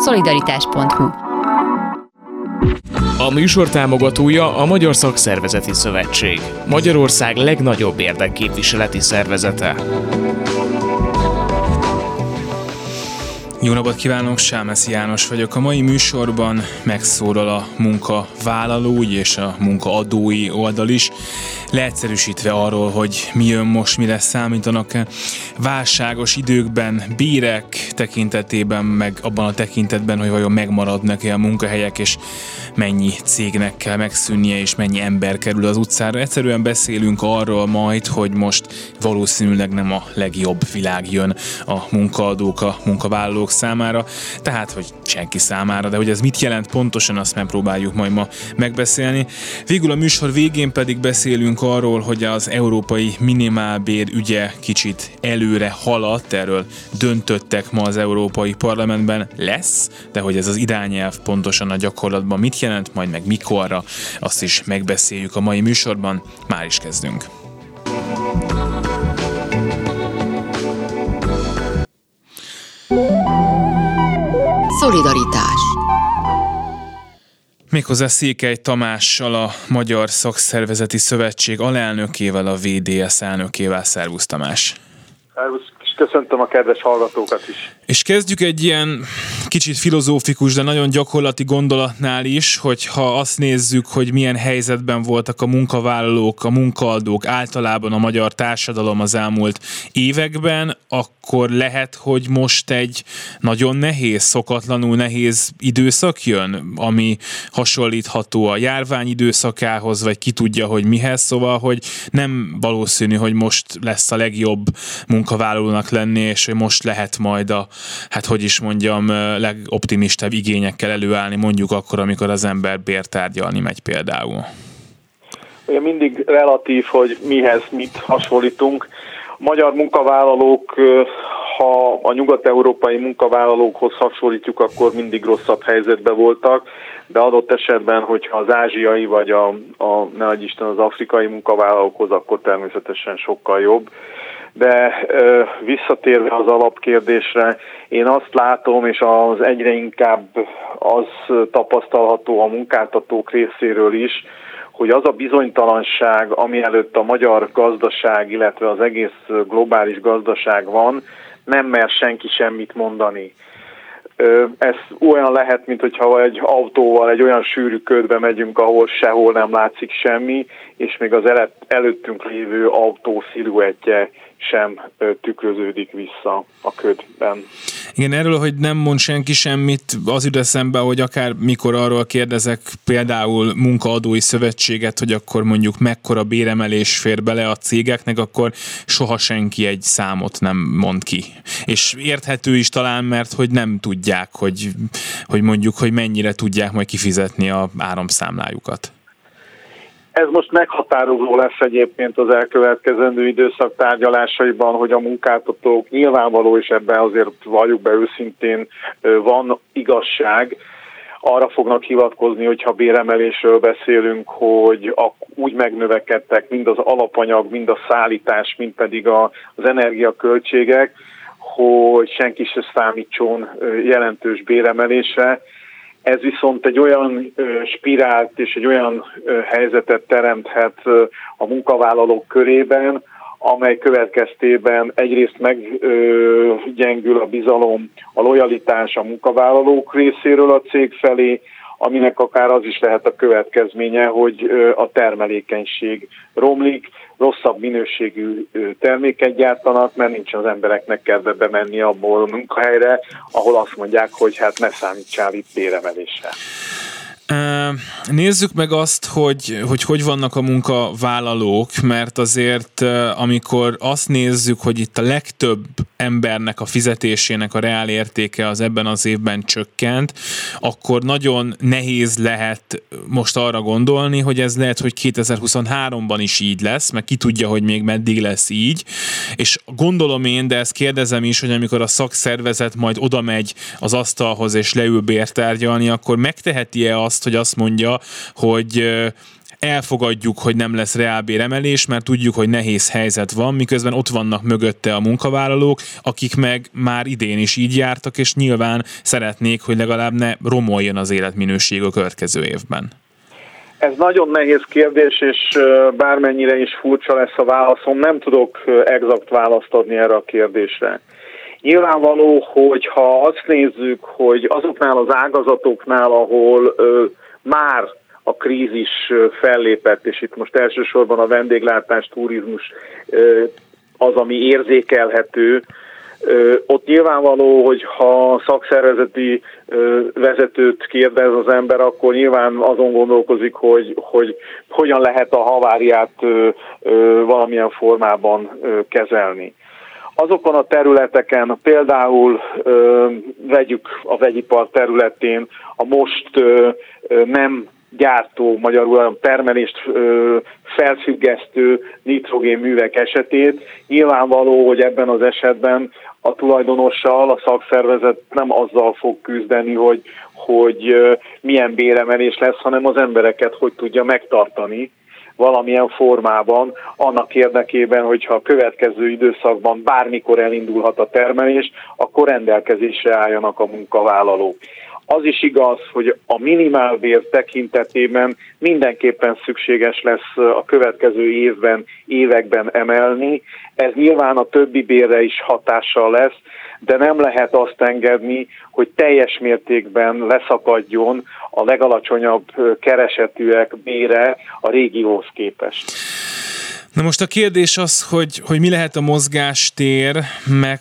Szolidaritás.hu. A műsor támogatója a Magyar Szakszervezeti Szövetség, Magyarország legnagyobb érdekképviseleti szervezete. Jó napot kívánok, Sámeszi János vagyok. A mai műsorban megszólal a munkavállalói és a munkaadói oldal is, leegyszerűsítve arról, hogy mi jön most, mire számítanak válságos időkben, bérek tekintetében, meg abban a tekintetben, hogy vajon megmaradnak-e a munkahelyek, és mennyi cégnek kell megszűnnie, és mennyi ember kerül az utcára. Egyszerűen beszélünk arról majd, hogy most valószínűleg nem a legjobb világ jön a munkaadók, a munkavállalók számára, tehát, hogy senki számára, de hogy ez mit jelent pontosan, azt megpróbáljuk majd ma megbeszélni. Végül a műsor végén pedig beszélünk arról, hogy az európai minimálbér ügye kicsit előre haladt, erről döntöttek ma az Európai Parlamentben, lesz, de hogy ez az irányelv pontosan a gyakorlatban mit jelent, majd meg mikorra, azt is megbeszéljük a mai műsorban. Már is kezdünk. Szolidaritás. Méghozzá Székely Tamással, a Magyar Szakszervezeti Szövetség alelnökével, a VDS elnökével. Szervusz, Tamás! Szervusz, és köszöntöm a kedves hallgatókat is! És kezdjük egy ilyen kicsit filozófikus, de nagyon gyakorlati gondolatnál is, hogyha azt nézzük, hogy milyen helyzetben voltak a munkavállalók, a munkaadók, általában a magyar társadalom az elmúlt években, akkor lehet, hogy most egy nagyon nehéz, szokatlanul nehéz időszak jön, ami hasonlítható a járvány időszakához, vagy ki tudja, hogy mihez, szóval, hogy nem valószínű, hogy most lesz a legjobb munkavállalónak lenni, és hogy most lehet majd a, legoptimistább igényekkel előállni, mondjuk akkor, amikor az ember bértárgyalni megy például. Ugye mindig relatív, hogy mihez mit hasonlítunk. A magyar munkavállalók, ha a nyugat-európai munkavállalókhoz hasonlítjuk, akkor mindig rosszabb helyzetben voltak, de adott esetben, hogyha az ázsiai vagy ne adj Isten, az afrikai munkavállalókhoz, akkor természetesen sokkal jobb. De visszatérve az alapkérdésre, én azt látom, és az egyre inkább az tapasztalható a munkáltatók részéről is, hogy az a bizonytalanság, ami előtt a magyar gazdaság, illetve az egész globális gazdaság van, nem mer senki semmit mondani. Ez olyan lehet, mint hogyha egy autóval egy olyan sűrű ködbe megyünk, ahol sehol nem látszik semmi, és még az előttünk lévő autó sziluettje sem tükröződik vissza a ködben. Igen, erről, hogy nem mond senki semmit, az jut eszembe, hogy akár mikor arról kérdezek például munkaadói szövetséget, hogy akkor mondjuk mekkora béremelés fér bele a cégeknek, akkor soha senki egy számot nem mond ki. És érthető is talán, mert hogy nem tudják, hogy mondjuk, hogy mennyire tudják majd kifizetni a áramszámlájukat. Ez most meghatározó lesz egyébként az elkövetkezendő időszak tárgyalásaiban, hogy a munkáltatók nyilvánvaló, és ebben azért valljuk be őszintén, van igazság, arra fognak hivatkozni, hogyha béremelésről beszélünk, hogy úgy megnövekedtek mind az alapanyag, mind a szállítás, mind pedig az energiaköltségek, hogy senki se számítson jelentős béremelésre. Ez viszont egy olyan spirált és egy olyan helyzetet teremthet a munkavállalók körében, amely következtében egyrészt meggyengül a bizalom, a lojalitás a munkavállalók részéről a cég felé, aminek akár az is lehet a következménye, hogy a termelékenység romlik, rosszabb minőségű terméket gyártanak, mert nincs az embereknek kedve bemenni abból a munkahelyre, ahol azt mondják, hogy hát ne számítsál itt béremelésre. Nézzük meg azt, hogy vannak a munkavállalók, mert azért amikor azt nézzük, hogy itt a legtöbb embernek a fizetésének a reál értéke az ebben az évben csökkent, akkor nagyon nehéz lehet most arra gondolni, hogy ez lehet, hogy 2023-ban is így lesz, meg ki tudja, hogy még meddig lesz így, és gondolom én, de ezt kérdezem is, hogy amikor a szakszervezet majd oda megy az asztalhoz és leül bértárgyalni, akkor megteheti-e azt, hogy azt mondja, hogy elfogadjuk, hogy nem lesz reálbéremelés, mert tudjuk, hogy nehéz helyzet van, miközben ott vannak mögötte a munkavállalók, akik meg már idén is így jártak, és nyilván szeretnék, hogy legalább ne romoljon az életminőség a következő évben. Ez nagyon nehéz kérdés, és bármennyire is furcsa lesz a válaszom, nem tudok exakt választ adni erre a kérdésre. Nyilvánvaló, hogy ha azt nézzük, hogy azoknál az ágazatoknál, ahol már a krízis fellépett, és itt most elsősorban a vendéglátás, turizmus az, ami érzékelhető, ott nyilvánvaló, hogy ha szakszervezeti vezetőt kérdez az ember, akkor nyilván azon gondolkozik, hogy hogyan lehet a haváriát valamilyen formában kezelni. Azokon a területeken, például vegyük a vegyipar területén a most nem gyártó, magyarul a termelést felfüggesztő nitrogénművek esetét, nyilvánvaló, hogy ebben az esetben a tulajdonossal a szakszervezet nem azzal fog küzdeni, hogy milyen béremelés lesz, hanem az embereket hogy tudja megtartani valamilyen formában, annak érdekében, hogyha a következő időszakban bármikor elindulhat a termelés, akkor rendelkezésre álljanak a munkavállalók. Az is igaz, hogy a minimálbér tekintetében mindenképpen szükséges lesz a következő években emelni. Ez nyilván a többi bérre is hatással lesz, de nem lehet azt engedni, hogy teljes mértékben leszakadjon a legalacsonyabb keresetűek bére a régióhoz képest. Na most a kérdés az, hogy mi lehet a mozgástér, meg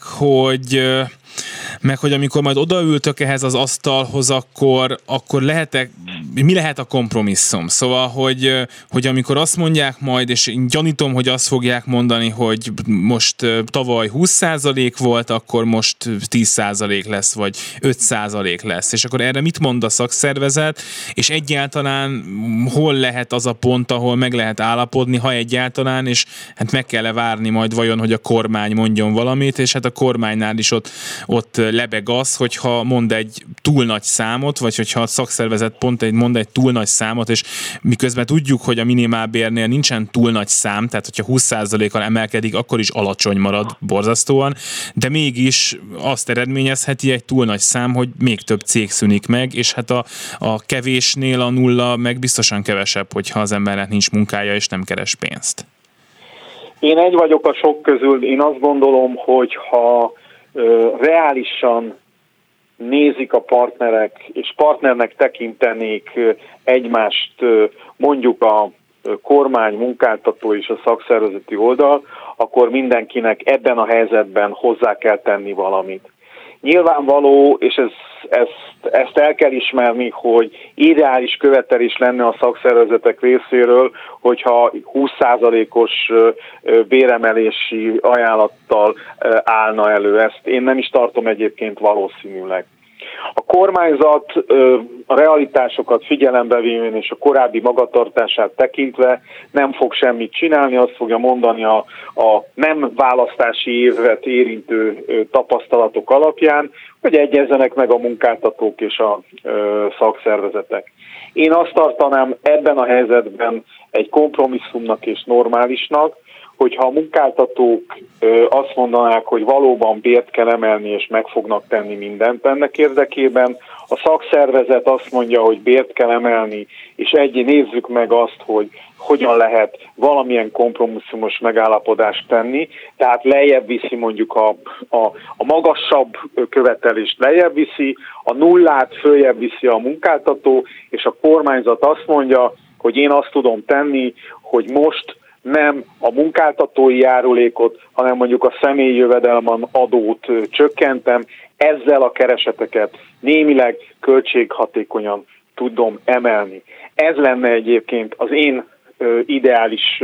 hogy amikor majd odaültök ehhez az asztalhoz, akkor mi lehet a kompromisszum? Szóval, hogy amikor azt mondják majd, és én gyanítom, hogy azt fogják mondani, hogy most tavaly 20% volt, akkor most 10% lesz, vagy 5% lesz. És akkor erre mit mond a szakszervezet, és egyáltalán hol lehet az a pont, ahol meg lehet állapodni, ha egyáltalán, és hát meg kell várni majd vajon, hogy a kormány mondjon valamit, és hát a kormánynál is ott lebeg az, hogyha mond egy túl nagy számot, vagy hogyha a szakszervezet mond egy túl nagy számot, és miközben tudjuk, hogy a minimálbérnél nincsen túl nagy szám, tehát hogyha 20%-kal emelkedik, akkor is alacsony marad borzasztóan, de mégis azt eredményezheti egy túl nagy szám, hogy még több cég szűnik meg, és hát a kevésnél a nulla meg biztosan kevesebb, hogyha az embernek nincs munkája, és nem keres pénzt. Én egy vagyok a sok közül, én azt gondolom, hogy ha reálisan nézik a partnerek, és partnernek tekintenék egymást mondjuk a kormány, munkáltató és a szakszervezeti oldal, akkor mindenkinek ebben a helyzetben hozzá kell tenni valamit. Nyilvánvaló, és ezt el kell ismerni, hogy ideális követelés lenne a szakszervezetek részéről, hogyha 20%-os béremelési ajánlattal állna elő. Ezt én nem is tartom egyébként valószínűleg. A kormányzat a realitásokat figyelembe vévén és a korábbi magatartását tekintve nem fog semmit csinálni, azt fogja mondani a nem választási évet érintő tapasztalatok alapján, hogy egyezzenek meg a munkáltatók és a szakszervezetek. Én azt tartanám ebben a helyzetben egy kompromisszumnak és normálisnak, hogyha a munkáltatók azt mondanák, hogy valóban bért kell emelni, és meg fognak tenni mindent ennek érdekében, a szakszervezet azt mondja, hogy bért kell emelni, és nézzük meg azt, hogy hogyan lehet valamilyen kompromisszumos megállapodást tenni, tehát lejjebb viszi mondjuk a magasabb követelést lejjebb viszi, a nullát följebb viszi a munkáltató, és a kormányzat azt mondja, hogy én azt tudom tenni, hogy most nem a munkáltatói járulékot, hanem mondjuk a személyi jövedelem adót csökkentem, ezzel a kereseteket némileg költséghatékonyan tudom emelni. Ez lenne egyébként az én ideális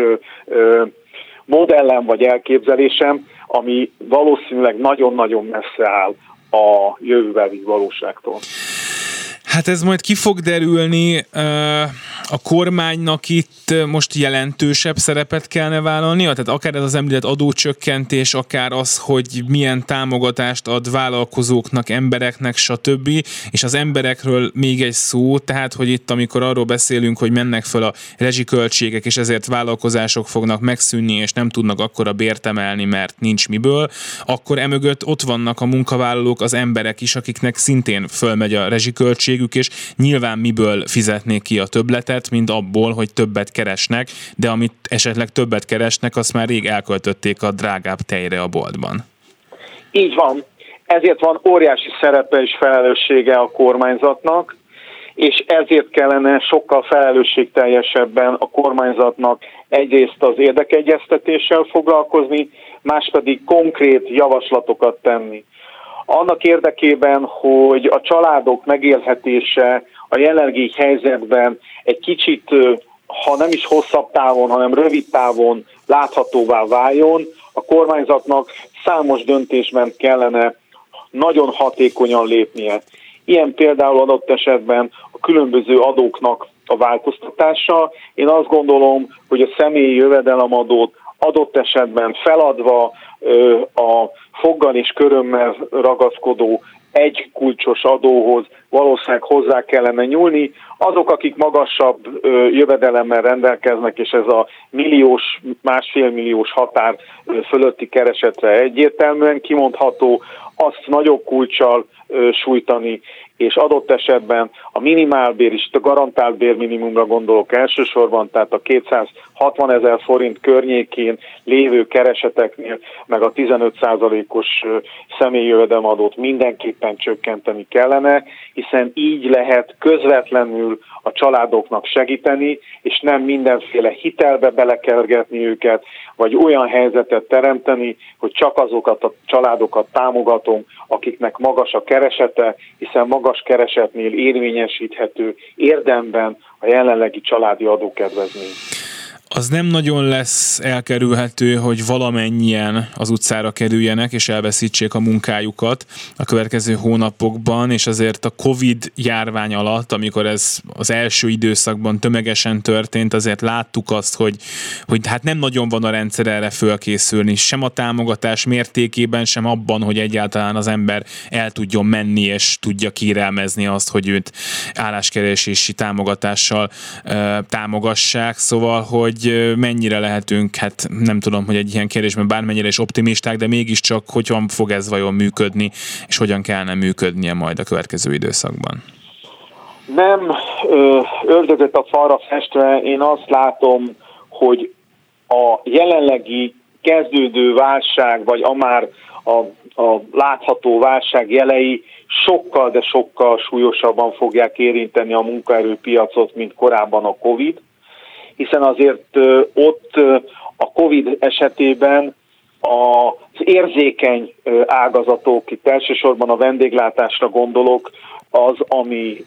modellem vagy elképzelésem, ami valószínűleg nagyon-nagyon messze áll a jövőbeli valóságtól. Hát ez majd ki fog derülni. A kormánynak itt most jelentősebb szerepet kellene vállalnia? Tehát akár ez az említett adócsökkentés, akár az, hogy milyen támogatást ad vállalkozóknak, embereknek, stb. És az emberekről még egy szó, tehát, hogy itt amikor arról beszélünk, hogy mennek föl a rezsiköltségek, és ezért vállalkozások fognak megszűnni, és nem tudnak akkora bért emelni, mert nincs miből, akkor emögött ott vannak a munkavállalók, az emberek is, akiknek szintén fölmegy a rezsiköltségük, és nyilván miből fizetnék ki a többletet, mint abból, hogy többet keresnek, de amit esetleg többet keresnek, azt már rég elköltötték a drágább tejre a boltban. Így van. Ezért van óriási szerepe és felelőssége a kormányzatnak, és ezért kellene sokkal felelősségteljesebben a kormányzatnak egyrészt az érdekegyeztetéssel foglalkozni, más pedig konkrét javaslatokat tenni. Annak érdekében, hogy a családok megélhetése a jelenlegi helyzetben egy kicsit, ha nem is hosszabb távon, hanem rövid távon láthatóvá váljon, a kormányzatnak számos döntésben kellene nagyon hatékonyan lépnie. Ilyen például adott esetben a különböző adóknak a változtatása. Én azt gondolom, hogy a személyi jövedelemadót adott esetben feladva a foggal és körömmel ragaszkodó egy kulcsos adóhoz valószínűleg hozzá kellene nyúlni. Azok, akik magasabb jövedelemmel rendelkeznek, és ez a milliós, másfél milliós határ fölötti keresetre egyértelműen kimondható, azt nagyobb kulccsal sújtani, és adott esetben a minimálbér is, a garantált bérminimumra gondolok elsősorban, tehát a 260 000 forint környékén lévő kereseteknél, meg a 15%-os személyi jövedelemadót mindenképpen csökkenteni kellene, hiszen így lehet közvetlenül a családoknak segíteni, és nem mindenféle hitelbe belekergetni őket, vagy olyan helyzetet teremteni, hogy csak azokat a családokat támogatunk, akiknek magas a keresete, hiszen magas keresetnél érvényesíthető érdemben a jelenlegi családi adókedvezmény. Az nem nagyon lesz elkerülhető, hogy valamennyien az utcára kerüljenek és elveszítsék a munkájukat a következő hónapokban, és azért a Covid járvány alatt, amikor ez az első időszakban tömegesen történt, azért láttuk azt, hogy hát nem nagyon van a rendszer erre fölkészülni, sem a támogatás mértékében, sem abban, hogy egyáltalán az ember el tudjon menni és tudja kérelmezni azt, hogy őt álláskeresési támogatással támogassák, szóval, hogy mennyire lehetünk, hát nem tudom, hogy egy ilyen kérdésben bármennyire is optimisták, de mégiscsak hogyan fog ez vajon működni, és hogyan kellene működnie majd a következő időszakban? Nem ördögöt a falra festve, én azt látom, hogy a jelenlegi kezdődő válság, vagy a már a látható válság jelei sokkal, de sokkal súlyosabban fogják érinteni a munkaerőpiacot, mint korábban a Covid, hiszen azért ott a Covid esetében az érzékeny ágazatok, itt elsősorban a vendéglátásra gondolok, az, ami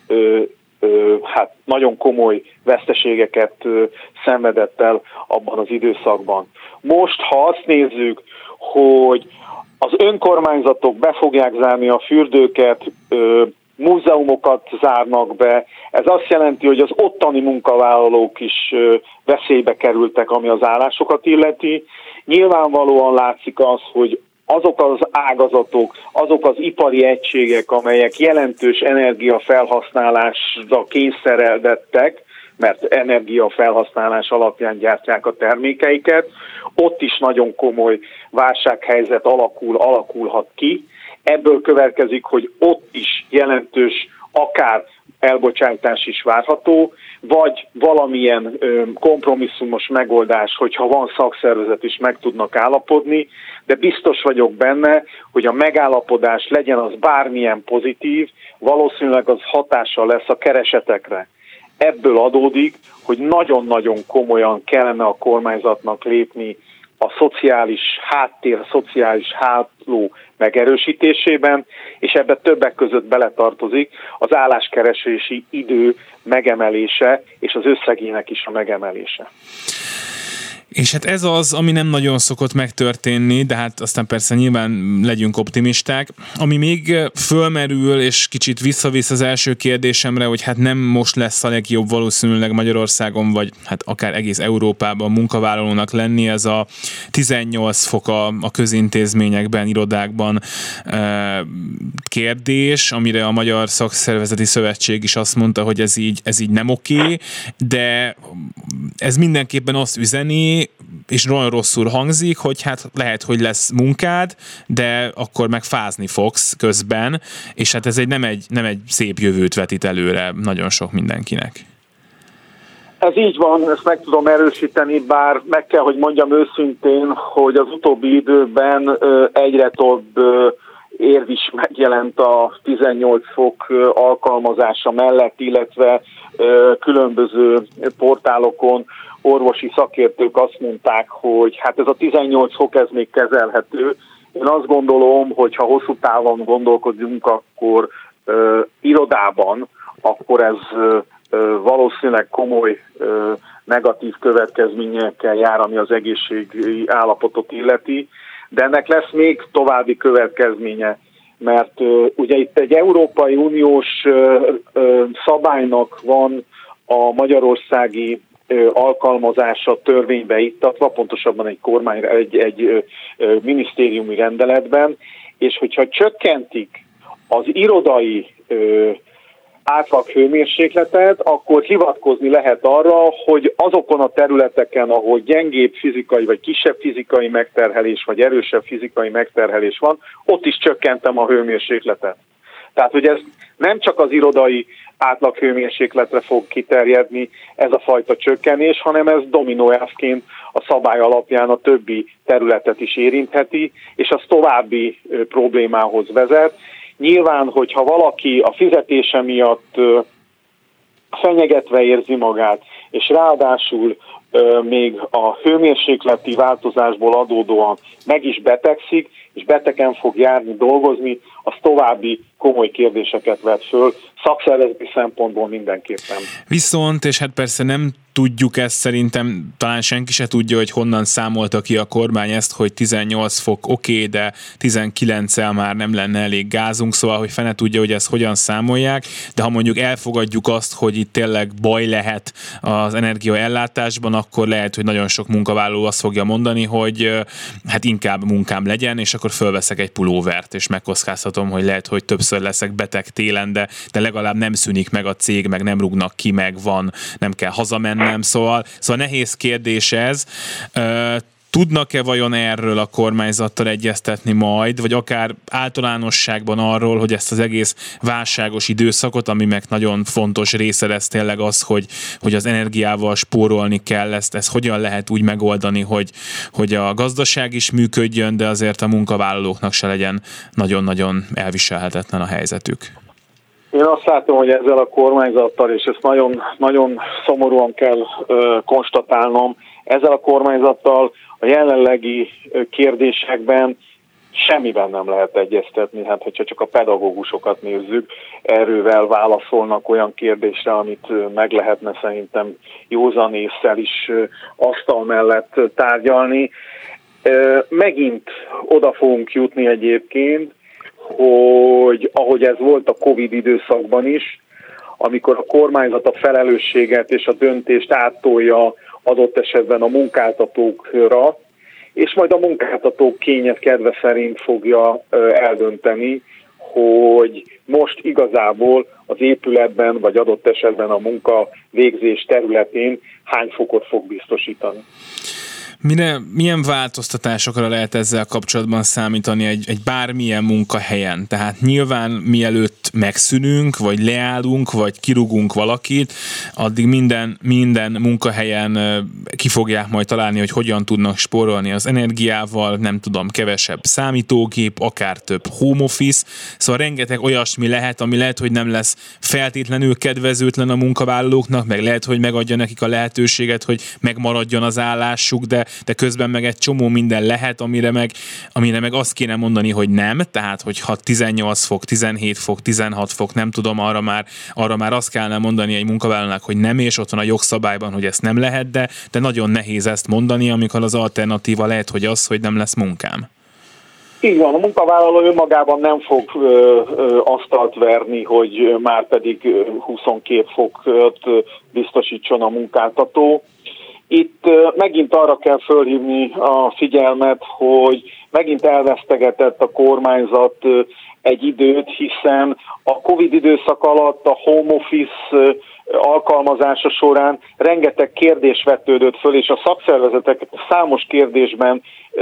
hát nagyon komoly veszteségeket szenvedett el abban az időszakban. Most, ha azt nézzük, hogy az önkormányzatok be fogják zárni a fürdőket, múzeumokat zárnak be. Ez azt jelenti, hogy az ottani munkavállalók is veszélybe kerültek, ami az állásokat illeti. Nyilvánvalóan látszik az, hogy azok az ágazatok, azok az ipari egységek, amelyek jelentős energiafelhasználásra kényszeredettek, mert energiafelhasználás alapján gyártják a termékeiket, ott is nagyon komoly válsághelyzet alakulhat ki. Ebből következik, hogy ott is jelentős akár elbocsátás is várható, vagy valamilyen kompromisszumos megoldás, hogyha van szakszervezet is meg tudnak állapodni, de biztos vagyok benne, hogy a megállapodás legyen az bármilyen pozitív, valószínűleg az hatással lesz a keresetekre. Ebből adódik, hogy nagyon-nagyon komolyan kellene a kormányzatnak lépni a szociális háttér, a szociális háló megerősítésében, és ebbe többek között beletartozik az álláskeresési idő megemelése és az összegének is a megemelése. És hát ez az, ami nem nagyon szokott megtörténni, de hát aztán persze nyilván legyünk optimisták. Ami még fölmerül, és kicsit visszavisz az első kérdésemre, hogy hát nem most lesz a legjobb valószínűleg Magyarországon, vagy hát akár egész Európában munkavállalónak lenni, ez a 18 fok a közintézményekben, irodákban kérdés, amire a Magyar Szakszervezeti Szövetség is azt mondta, hogy ez így nem oké, de ez mindenképpen azt üzeni, és nagyon rosszul hangzik, hogy hát lehet, hogy lesz munkád, de akkor meg fázni fogsz közben, és hát ez nem egy szép jövőt vetít előre nagyon sok mindenkinek. Ez így van, ezt meg tudom erősíteni, bár meg kell, hogy mondjam őszintén, hogy az utóbbi időben egyre több érv is megjelent a 18 fok alkalmazása mellett, illetve különböző portálokon orvosi szakértők azt mondták, hogy hát ez a 18 fok, ez még kezelhető. Én azt gondolom, hogy ha hosszú távon gondolkodjunk, akkor irodában, akkor ez valószínűleg komoly negatív következményekkel jár, ami az egészségi állapotot illeti, de ennek lesz még további következménye, mert ugye itt egy Európai Uniós szabálynak van a magyarországi alkalmazása törvénybe ittatva, pontosabban egy minisztériumi rendeletben, és hogyha csökkentik az irodai átlag hőmérsékletet, akkor hivatkozni lehet arra, hogy azokon a területeken, ahol gyengébb fizikai, vagy kisebb fizikai megterhelés, vagy erősebb fizikai megterhelés van, ott is csökkentem a hőmérsékletet. Tehát, hogy ez nem csak az irodai átlag hőmérsékletre fog kiterjedni ez a fajta csökkenés, hanem ez dominóelvként a szabály alapján a többi területet is érintheti, és az további problémához vezet. Nyilván, hogyha valaki a fizetése miatt fenyegetve érzi magát, és ráadásul még a hőmérsékleti változásból adódóan meg is betegszik, és betegen fog járni, dolgozni, az további komoly kérdéseket vet föl, szakszervezeti szempontból mindenképpen. Viszont, és hát persze nem tudjuk ezt, szerintem talán senki se tudja, hogy honnan számolta ki a kormány ezt, hogy 18 fok oké, de 19-el már nem lenne elég gázunk, szóval, hogy fene tudja, hogy ezt hogyan számolják, de ha mondjuk elfogadjuk azt, hogy itt tényleg baj lehet az energiaellátásban, akkor lehet, hogy nagyon sok munkavállaló azt fogja mondani, hogy hát inkább munkám legyen, és akkor fölveszek egy pulóvert, és megkockáztatom, hogy lehet, hogy többször leszek beteg télen, de legalább nem szűnik meg a cég, meg nem rúgnak ki, meg van, nem kell hazamennem, szóval nehéz kérdés ez. Tudnak-e vajon erről a kormányzattal egyeztetni majd, vagy akár általánosságban arról, hogy ezt az egész válságos időszakot, ami meg nagyon fontos része lesz tényleg az, hogy az energiával spórolni kell, ezt hogyan lehet úgy megoldani, hogy a gazdaság is működjön, de azért a munkavállalóknak se legyen nagyon-nagyon elviselhetetlen a helyzetük? Én azt látom, hogy ezzel a kormányzattal, és ezt nagyon, nagyon szomorúan kell konstatálnom, ezzel a kormányzattal a jelenlegi kérdésekben semmiben nem lehet egyeztetni. Hát, hogyha csak a pedagógusokat nézzük, erővel válaszolnak olyan kérdésre, amit meg lehetne szerintem józan ésszel is asztal mellett tárgyalni. Megint oda fogunk jutni egyébként, hogy ahogy ez volt a Covid időszakban is, amikor a kormányzat a felelősséget és a döntést áttolja adott esetben a munkáltatókra, és majd a munkáltatók kényes kedve szerint fogja eldönteni, hogy most igazából az épületben, vagy adott esetben a munkavégzés területén hány fokot fog biztosítani. Milyen változtatásokra lehet ezzel kapcsolatban számítani egy bármilyen munkahelyen? Tehát nyilván mielőtt megszűnünk, vagy leállunk, vagy kirúgunk valakit, addig minden munkahelyen ki fogják majd találni, hogy hogyan tudnak spórolni az energiával, nem tudom, kevesebb számítógép, akár több home office, szóval rengeteg olyasmi lehet, ami lehet, hogy nem lesz feltétlenül kedvezőtlen a munkavállalóknak, meg lehet, hogy megadja nekik a lehetőséget, hogy megmaradjon az állásuk, de de közben meg egy csomó minden lehet, amire meg azt kéne mondani, hogy nem, tehát hogyha 18 fok, 17 fok, 16 fok, nem tudom, arra már azt kellene mondani egy munkavállalónak, hogy nem, és ott van a jogszabályban, hogy ezt nem lehet, de nagyon nehéz ezt mondani, amikor az alternatíva lehet, hogy az, hogy nem lesz munkám. Így van, a munkavállaló önmagában nem fog asztalt verni, hogy már pedig 22 fokot biztosítson a munkáltató. Itt megint arra kell fölhívni a figyelmet, hogy megint elvesztegetett a kormányzat egy időt, hiszen a Covid időszak alatt a home office alkalmazása során rengeteg kérdés vetődött föl, és a szakszervezetek számos kérdésben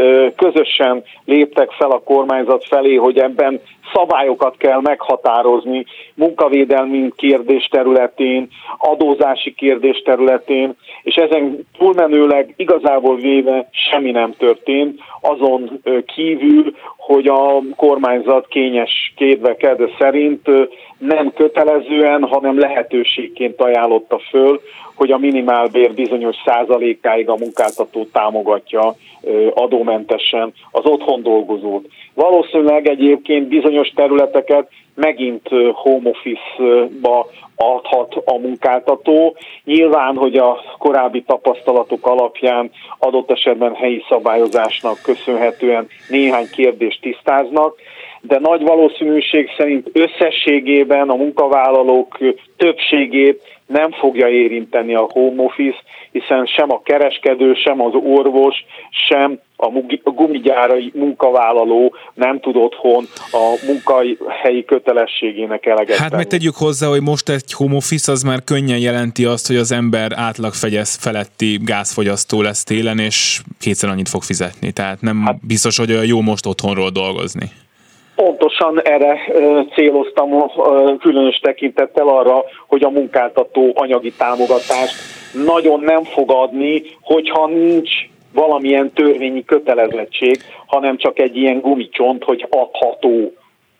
közösen léptek fel a kormányzat felé, hogy ebben szabályokat kell meghatározni munkavédelmi kérdés területén, adózási kérdés területén, és ezen túlmenőleg igazából véve semmi nem történt, azon kívül, hogy a kormányzat kényeskedve szerint nem kötelezően, hanem lehetőségként ajánlotta föl, hogy a minimálbér bizonyos százalékáig a munkáltató támogatja adómentesen az otthon dolgozót. Valószínűleg egyébként bizonyos területeket megint home office-ba adhat a munkáltató. Nyilván, hogy a korábbi tapasztalatok alapján adott esetben helyi szabályozásnak köszönhetően néhány kérdést tisztáznak, de nagy valószínűség szerint összességében a munkavállalók többségét nem fogja érinteni a home office, hiszen sem a kereskedő, sem az orvos, sem a gumigyárai munkavállaló nem tud otthon a munkahelyi kötelességének eleget tenni. Hát meg tegyük hozzá, hogy most egy home office az már könnyen jelenti azt, hogy az ember átlag feletti gázfogyasztó lesz télen, és kétszer annyit fog fizetni. Tehát nem biztos, hogy olyan jó most otthonról dolgozni. Pontosan erre céloztam, különös tekintettel arra, hogy a munkáltató anyagi támogatást nagyon nem fog adni, hogyha nincs valamilyen törvényi kötelezettség, hanem csak egy ilyen gumicsont, hogy adható.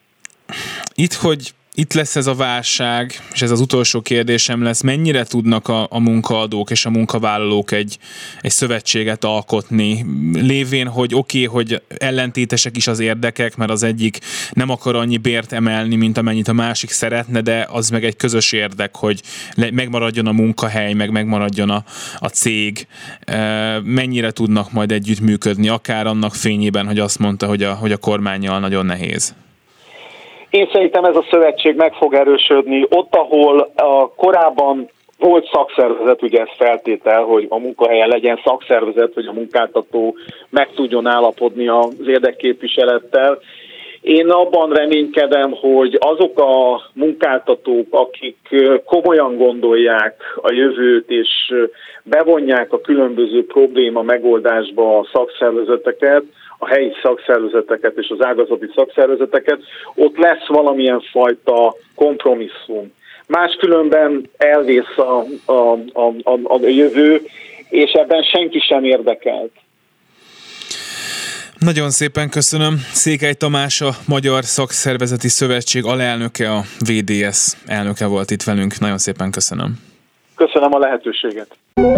Itt lesz ez a válság, és ez az utolsó kérdésem lesz, mennyire tudnak a munkaadók és a munkavállalók egy szövetséget alkotni, lévén, hogy hogy ellentétesek is az érdekek, mert az egyik nem akar annyi bért emelni, mint amennyit a másik szeretne, de az meg egy közös érdek, hogy megmaradjon a munkahely, megmaradjon a cég. Mennyire tudnak majd együttműködni, akár annak fényében, hogy azt mondta, hogy a kormánnyal nagyon nehéz? Én szerintem ez a szövetség meg fog erősödni. Ott, ahol korábban volt szakszervezet, ugye ez feltétel, hogy a munkahelyen legyen szakszervezet, hogy a munkáltató meg tudjon állapodni az érdekképviselettel. Én abban reménykedem, hogy azok a munkáltatók, akik komolyan gondolják a jövőt, és bevonják a különböző probléma megoldásba a szakszervezeteket, a helyi szakszervezeteket és az ágazati szakszervezeteket, ott lesz valamilyen fajta kompromisszum. Máskülönben elvész a jövő, és ebben senki sem érdekelt. Nagyon szépen köszönöm. Székely Tamás, a Magyar Szakszervezeti Szövetség alelnöke, a VDS elnöke volt itt velünk. Nagyon szépen köszönöm. Köszönöm a lehetőséget.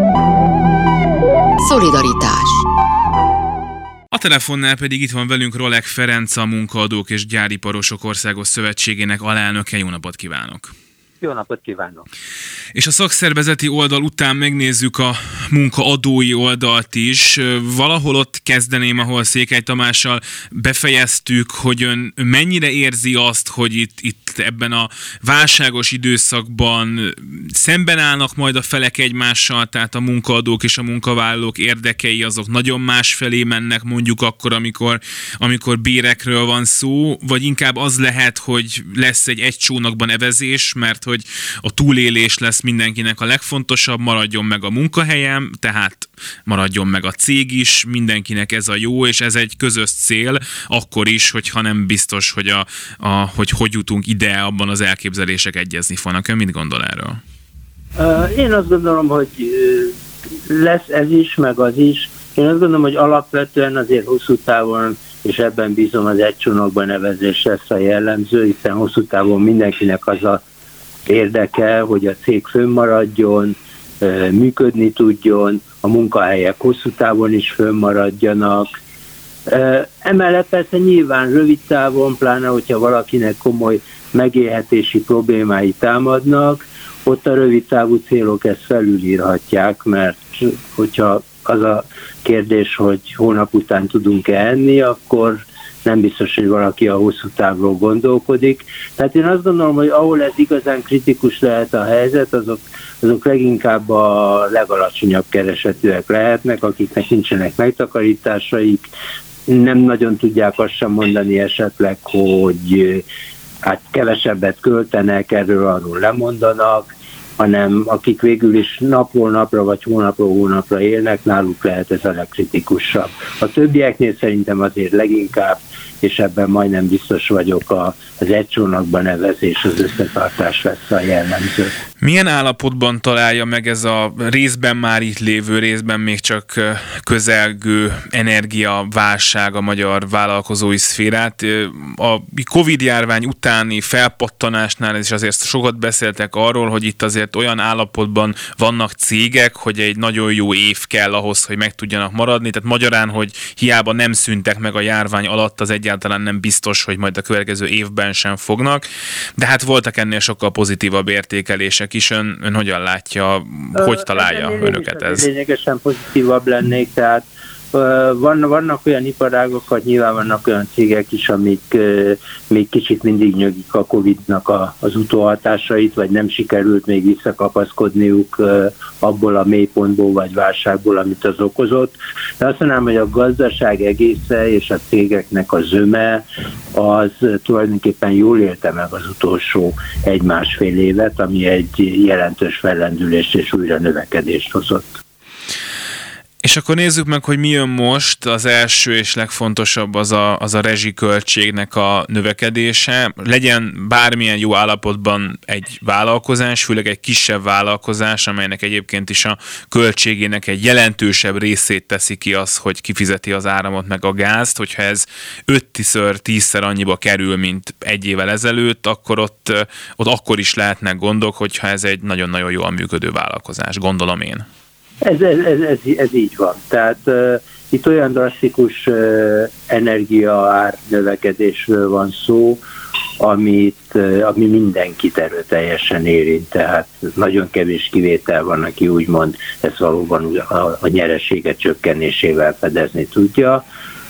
Szolidaritás. A telefonnál pedig itt van velünk Rolek Ferenc, a Munkaadók és Gyáriparosok Országos Szövetségének alelnöke. Jó napot kívánok! Jó napot kívánok! És a szakszervezeti oldal után megnézzük a munkaadói oldalt is. Valahol ott kezdeném, ahol Székely Tamással befejeztük, hogy ön mennyire érzi azt, hogy itt ebben a válságos időszakban szemben állnak majd a felek egymással, tehát a munkaadók és a munkavállalók érdekei azok nagyon másfelé mennek, mondjuk akkor, amikor bérekről van szó, vagy inkább az lehet, hogy lesz egy csónakban evezés, mert hogy a túlélés lesz mindenkinek a legfontosabb, maradjon meg a munkahelyem, tehát maradjon meg a cég is, mindenkinek ez a jó, és ez egy közös cél, akkor is, hogyha nem biztos, hogy jutunk ide, abban az elképzelések egyezni fognak. Ön mit gondol erről? Én azt gondolom, hogy lesz ez is, meg az is. Én azt gondolom, hogy alapvetően azért hosszú távon, és ebben bízom, az egy csónakban nevezés lesz a jellemző, hiszen hosszú távon mindenkinek az a érdeke, hogy a cég fönnmaradjon, működni tudjon, a munkahelyek hosszú távon is fönnmaradjanak. Emellett persze nyilván rövid távon, pláne hogyha valakinek komoly megélhetési problémái támadnak, ott a rövid távú célok ezt felülírhatják, mert hogyha az a kérdés, hogy hónap után tudunk-e enni, akkor nem biztos, hogy valaki a hosszú távról gondolkodik. Tehát én azt gondolom, hogy ahol ez igazán kritikus lehet a helyzet, azok leginkább a legalacsonyabb keresetűek lehetnek, akiknek nincsenek megtakarításaik, nem nagyon tudják azt sem mondani esetleg, hogy hát kevesebbet költenek, arról lemondanak, hanem akik végül is napról napra vagy hónapról hónapra élnek, náluk lehet ez a legkritikusabb. A többieknél szerintem azért leginkább, és ebben majdnem biztos vagyok, az egy csónakban nevezés, az összetartás lesz a jellemző. Milyen állapotban találja meg ez a részben már itt lévő, részben még csak közelgő energiaválság a magyar vállalkozói szférát? A Covid-járvány utáni felpattanásnál is azért sokat beszéltek arról, hogy itt azért olyan állapotban vannak cégek, hogy egy nagyon jó év kell ahhoz, hogy meg tudjanak maradni. Tehát magyarán, hogy hiába nem szűntek meg a járvány alatt, az egyáltalán nem biztos, hogy majd a következő évben sem fognak. De hát voltak ennél sokkal pozitívabb értékelések is. Ön hogyan látja, hogy találja önöket ez? Lényegesen pozitívabb lennék, tehát vannak olyan iparágokat, nyilván vannak olyan cégek is, amik még kicsit mindig nyögik a Covid-nak az utóhatásait, vagy nem sikerült még visszakapaszkodniuk abból a mélypontból vagy válságból, amit az okozott. De azt mondanám, hogy a gazdaság egésze és a cégeknek a zöme az tulajdonképpen jól élte meg az utolsó 1-1,5 évet, ami egy jelentős fellendülést és újra növekedést hozott. És akkor nézzük meg, hogy mi jön most. Az első és legfontosabb az a rezsiköltségnek a növekedése. Legyen bármilyen jó állapotban egy vállalkozás, főleg egy kisebb vállalkozás, amelynek egyébként is a költségének egy jelentősebb részét teszi ki az, hogy kifizeti az áramot meg a gázt. Hogyha ez 5-10-szer annyiba kerül, mint egy évvel ezelőtt, akkor ott akkor is lehetnek gondok, hogyha ez egy nagyon-nagyon jól működő vállalkozás, gondolom én. Ez így van. Tehát itt olyan drasztikus energiaár növekedésről van szó, ami mindenkit erőteljesen érint. Tehát nagyon kevés kivétel van, aki úgymond ezt valóban a nyeresége csökkenésével fedezni tudja.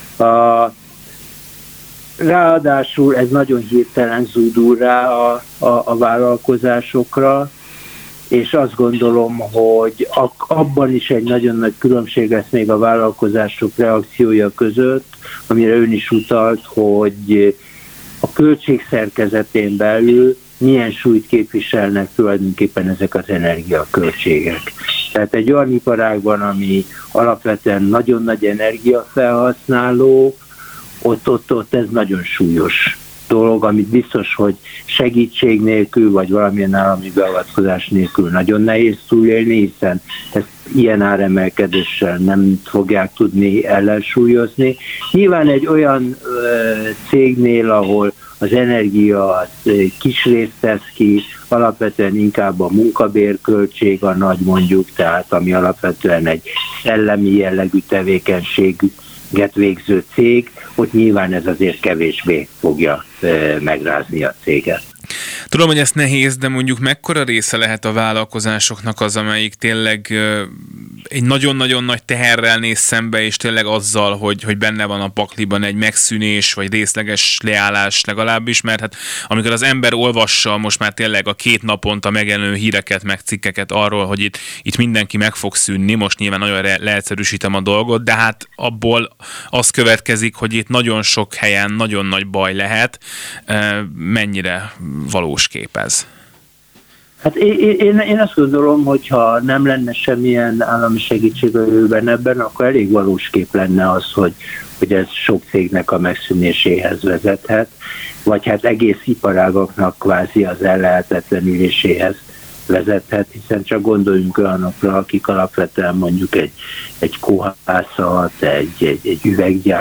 Ráadásul ez nagyon hirtelen zúdul rá a vállalkozásokra, és azt gondolom, hogy abban is egy nagyon nagy különbség lesz még a vállalkozások reakciója között, amire ön is utalt, hogy a költség szerkezetén belül milyen súlyt képviselnek tulajdonképpen ezek az energiaköltségek. Tehát egy olyan iparágban, ami alapvetően nagyon nagy energiafelhasználó, ott ez nagyon súlyos dolog, amit biztos, hogy segítség nélkül, vagy valamilyen állami beavatkozás nélkül nagyon nehéz túlélni, hiszen ezt ilyen áremelkedéssel nem fogják tudni ellensúlyozni. Nyilván egy olyan cégnél, ahol az energia az kis részt tesz ki, alapvetően inkább a munkabérköltség a nagy mondjuk, tehát ami alapvetően egy szellemi jellegű tevékenységet végző cég, ott nyilván ez azért kevésbé fogja megrázni a céget. Tudom, hogy ez nehéz, de mondjuk mekkora része lehet a vállalkozásoknak az, amelyik tényleg egy nagyon-nagyon nagy teherrel néz szembe, és tényleg azzal, hogy benne van a pakliban egy megszűnés, vagy részleges leállás legalábbis, mert hát amikor az ember olvassa most már tényleg a 2 naponta megjelenő híreket, meg cikkeket arról, hogy itt mindenki meg fog szűnni, most nyilván nagyon leegyszerűsítem a dolgot, de hát abból az következik, hogy itt nagyon sok helyen nagyon nagy baj lehet. Mennyire valós kép ez? Hát én azt gondolom, hogy ha nem lenne semmilyen állami segítség a jövőben ebben, akkor elég valós kép lenne az, hogy ez sok cégnek a megszűnéséhez vezethet, vagy hát egész iparágaknak kvázi az ellehetetlenítéséhez vezethet, hiszen csak gondoljunk olyanokra, akik alapvetően mondjuk egy kohászat, egy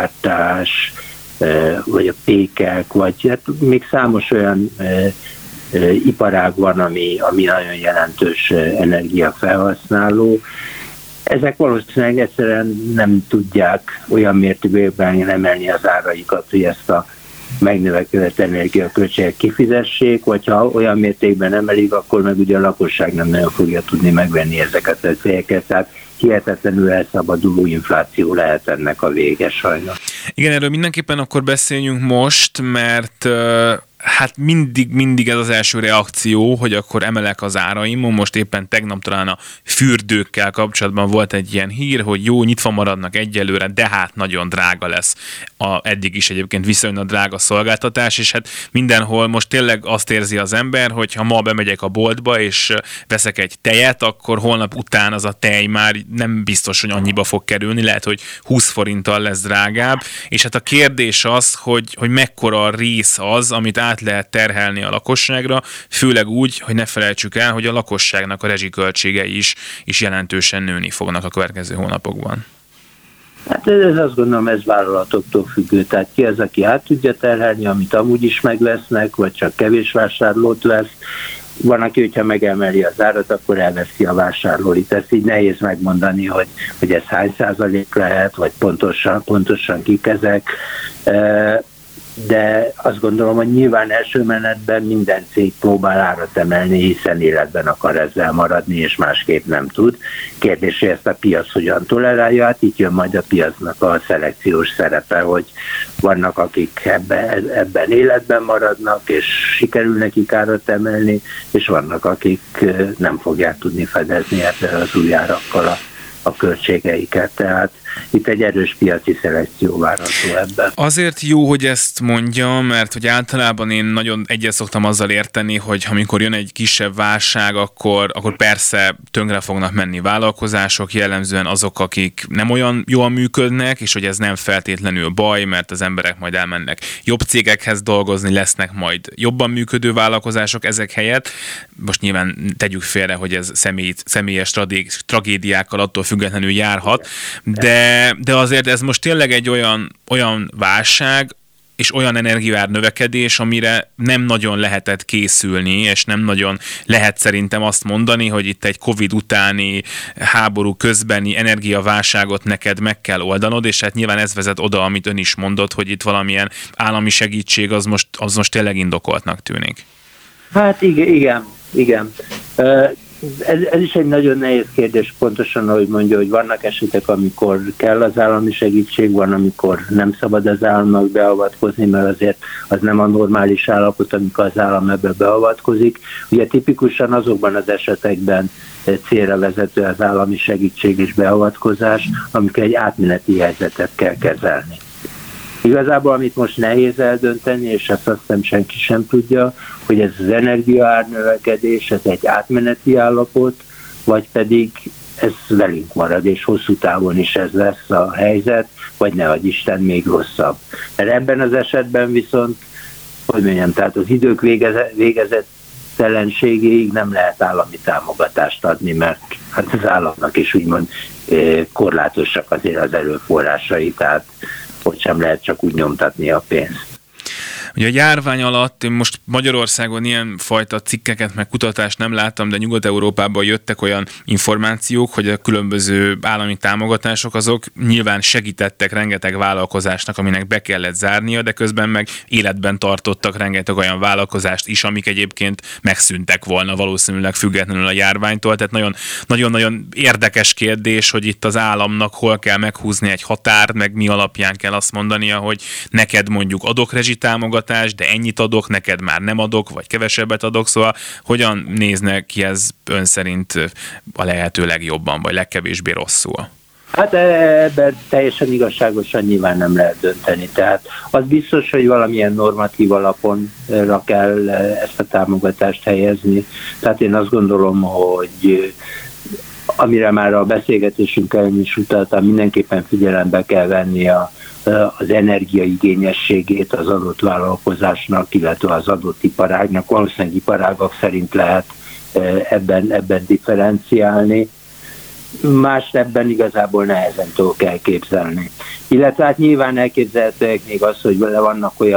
üveggyártás, vagy a pékek, vagy hát még számos olyan iparág van, ami nagyon jelentős energiafelhasználó. Ezek valószínűleg egyszerűen nem tudják olyan mértékben emelni az áraikat, hogy ezt a megnövekedett energiaköltséget kifizessék, vagy ha olyan mértékben emelik, akkor meg ugye a lakosság nem nagyon fogja tudni megvenni ezeket a cégeket, tehát hihetetlenül elszabaduló infláció lehet ennek a vége sajnos. Igen, erről mindenképpen akkor beszéljünk most, mert hát mindig ez az első reakció, hogy akkor emelek az áraimon. Most éppen tegnap talán a fürdőkkel kapcsolatban volt egy ilyen hír, hogy jó, nyitva maradnak egyelőre, de hát nagyon drága lesz eddig is egyébként viszonylag drága szolgáltatás, és hát mindenhol most tényleg azt érzi az ember, hogy ha ma bemegyek a boltba, és veszek egy tejet, akkor holnap után az a tej már nem biztos, hogy annyiba fog kerülni, lehet, hogy 20 forinttal lesz drágább, és hát a kérdés az, hogy mekkora rész az, amit át lehet terhelni a lakosságra, főleg úgy, hogy ne felejtsük el, hogy a lakosságnak a rezsiköltségei is jelentősen nőni fognak a következő hónapokban. Hát ez azt gondolom, ez vállalatoktól függő. Tehát ki az, aki át tudja terhelni, amit amúgy is megvesznek, vagy csak kevés vásárlót vesz. Van, aki, hogyha megemeli az árat, akkor elveszi a vásárlóit. Ezt így nehéz megmondani, hogy ez hány százalék lehet, vagy pontosan kik ezek. De azt gondolom, hogy nyilván első menetben minden cég próbál árat emelni, hiszen életben akar ezzel maradni, és másképp nem tud. Kérdés, hogy ezt a piac hogyan tolerálja, hát itt jön majd a piacnak a szelekciós szerepe, hogy vannak, akik ebben életben maradnak, és sikerül nekik árat emelni, és vannak, akik nem fogják tudni fedezni ebben az új árakkal a költségeiket. Tehát itt egy erős piaci szelekció várható ebben. Azért jó, hogy ezt mondja, mert hogy általában én nagyon egyet szoktam azzal érteni, hogy amikor jön egy kisebb válság, akkor persze tönkre fognak menni vállalkozások, jellemzően azok, akik nem olyan jól működnek, és hogy ez nem feltétlenül baj, mert az emberek majd elmennek jobb cégekhez dolgozni, lesznek majd jobban működő vállalkozások ezek helyett. Most nyilván tegyük félre, hogy ez személyes tragédiákkal attól függetlenül járhat, de azért ez most tényleg egy olyan válság, és olyan energiaár növekedés, amire nem nagyon lehetett készülni, és nem nagyon lehet szerintem azt mondani, hogy itt egy Covid utáni háború közbeni energiaválságot neked meg kell oldanod, és hát nyilván ez vezet oda, amit ön is mondott, hogy itt valamilyen állami segítség az most tényleg indokoltnak tűnik. Hát igen. Ez is egy nagyon nehéz kérdés, pontosan ahogy mondja, hogy vannak esetek, amikor kell az állami segítség, van, amikor nem szabad az államnak beavatkozni, mert azért az nem a normális állapot, amikor az állam ebbe beavatkozik. Ugye tipikusan azokban az esetekben célra vezető az állami segítség és beavatkozás, amikor egy átmeneti helyzetet kell kezelni. Igazából, amit most nehéz eldönteni, és ezt azt hiszem senki sem tudja, hogy ez az energiaárnövekedés, ez egy átmeneti állapot, vagy pedig ez velünk marad, és hosszú távon is ez lesz a helyzet, vagy ne adj Isten, még rosszabb. Mert ebben az esetben viszont, hogy mondjam, tehát az idők végezettelenségéig nem lehet állami támogatást adni, mert hát az államnak is úgymond korlátosak azért az erőforrásai, tehát hogy sem lehet csak úgy nyomtatni a pénzt. Ugye a járvány alatt én most Magyarországon ilyen fajta cikkeket meg kutatást nem láttam, de Nyugat-Európában jöttek olyan információk, hogy a különböző állami támogatások azok nyilván segítettek rengeteg vállalkozásnak, aminek be kellett zárnia, de közben meg életben tartottak rengeteg olyan vállalkozást is, amik egyébként megszűntek volna valószínűleg függetlenül a járványtól. Tehát nagyon-nagyon érdekes kérdés, hogy itt az államnak hol kell meghúzni egy határt, meg mi alapján kell azt mondania, hogy neked mondjuk adok rezsitámogatást, de ennyit adok, neked már nem adok, vagy kevesebbet adok, szóval hogyan nézne ki ez ön szerint a lehető legjobban, vagy legkevésbé rosszul? Hát ebben teljesen igazságosan nyilván nem lehet dönteni. Tehát az biztos, hogy valamilyen normatív alaponra kell ezt a támogatást helyezni. Tehát én azt gondolom, hogy amire már a beszélgetésünk elején is utaltam, mindenképpen figyelembe kell venni az energiaigényességét az adott vállalkozásnak, illetve az adott iparágnak. Valószínűleg iparágak szerint lehet ebben differenciálni. Más ebben igazából nehezen tudok elképzelni. Illetve hát nyilván elképzelhetőek még az, hogy vele vannak olyan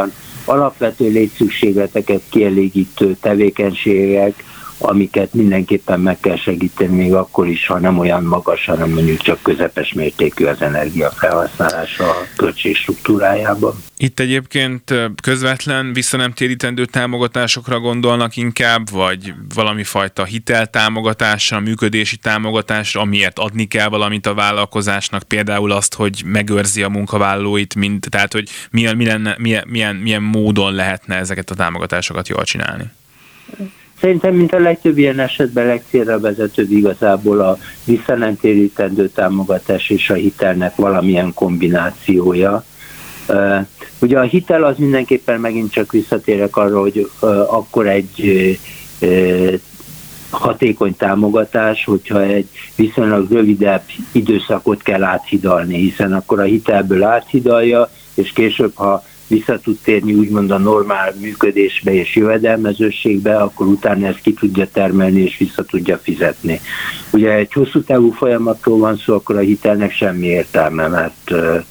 alapvető létszükségleteket kielégítő tevékenységek, amiket mindenképpen meg kell segíteni, még akkor is, ha nem olyan magas, hanem mondjuk csak közepes mértékű az energiafelhasználása a költségstruktúrájában. Itt egyébként közvetlen visszanemtérítendő támogatásokra gondolnak inkább, vagy valami fajta hiteltámogatásra, működési támogatásra, amiért adni kell valamit a vállalkozásnak, például azt, hogy megőrzi a munkavállalóit, tehát hogy milyen módon lehetne ezeket a támogatásokat jól csinálni? Szerintem, mint a legtöbb ilyen esetben legcélra vezetőbb igazából a visszanemtérítendő támogatás és a hitelnek valamilyen kombinációja. Ugye a hitel az mindenképpen megint csak visszatérek arra, hogy akkor egy hatékony támogatás, hogyha egy viszonylag rövidebb időszakot kell áthidalni, hiszen akkor a hitelből áthidalja, és később, ha vissza tud térni úgymond a normál működésbe és jövedelmezőségbe, akkor utána ezt ki tudja termelni és vissza tudja fizetni. Ugye egy hosszú távú folyamatról van szó, akkor a hitelnek semmi értelme, mert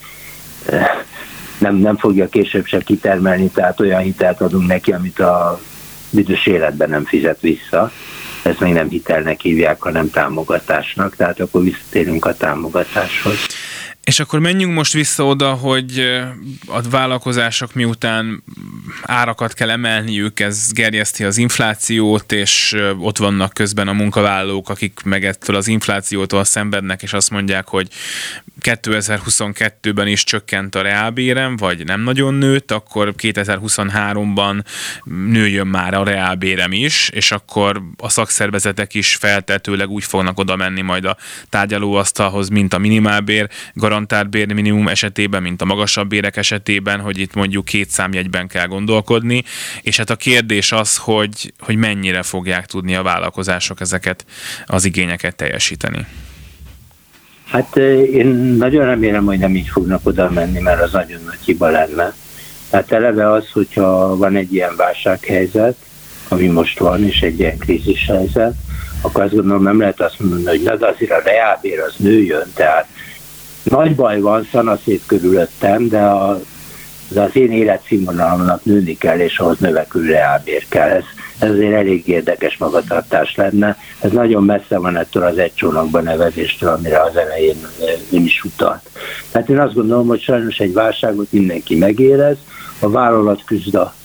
nem fogja később se kitermelni, tehát olyan hitelt adunk neki, amit a büdös életben nem fizet vissza. Ezt még nem hitelnek hívják, hanem támogatásnak, tehát akkor visszatérünk a támogatáshoz. És akkor menjünk most vissza oda, hogy a vállalkozások miután árakat kell emelniük, ez gerjeszti az inflációt, és ott vannak közben a munkavállalók, akik meg ettől az inflációtól szenvednek, és azt mondják, hogy 2022-ben is csökkent a reálbérem, vagy nem nagyon nőtt, akkor 2023-ban nőjön már a reálbérem is, és akkor a szakszervezetek is feltetőleg úgy fognak oda menni majd a tárgyalóasztalhoz, mint a minimálbér, garantált bérminimum esetében, mint a magasabb bérek esetében, hogy itt mondjuk 2 számjegyben kell gondolkodni, és hát a kérdés az, hogy mennyire fogják tudni a vállalkozások ezeket az igényeket teljesíteni. Hát én nagyon remélem, hogy nem így fognak oda menni, mert az nagyon nagy hiba lenne. Tehát eleve az, hogyha van egy ilyen válsághelyzet, ami most van, és egy ilyen krízis helyzet, akkor azt gondolom nem lehet azt mondani, hogy na, de azért a reálbér az nőjön, tehát nagy baj van, szanaszét körülöttem, de az én életszínvonalamnak nőni kell, és ahhoz növekvő reálbér kell. Ez azért elég érdekes magatartás lenne. Ez nagyon messze van ettől az egy csónakban nevezéstől, amire az elején ön is utalt. Tehát én azt gondolom, hogy sajnos egy válságot mindenki megérez, a vállalat küzd a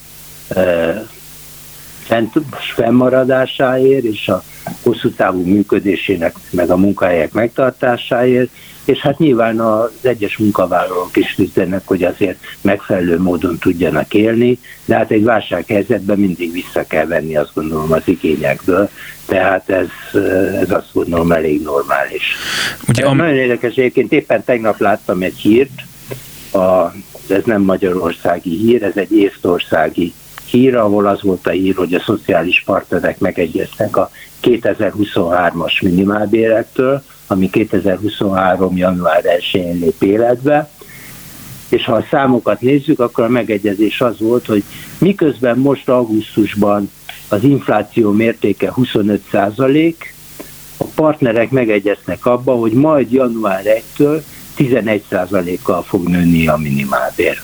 fennmaradásáért és a hosszú távú működésének, meg a munkahelyek megtartásáért, és hát nyilván az egyes munkavállalók is küzdenek, hogy azért megfelelő módon tudjanak élni, de hát egy válsághelyzetben mindig vissza kell venni, azt gondolom, az igényekből, tehát ez azt gondolom elég normális. Ugye, nagyon érdekes, egyébként éppen tegnap láttam egy hírt, ez nem magyarországi hír, ez egy észtországi hír, ahol az volt a hír, hogy a szociális partnerek megegyeztek a 2023-as minimálbérektől, ami 2023. január 1-én lép életbe, és ha a számokat nézzük, akkor a megegyezés az volt, hogy miközben most augusztusban az infláció mértéke 25%, a partnerek megegyeznek abba, hogy majd január 1-től 11%-kal fog nőni a minimálbér.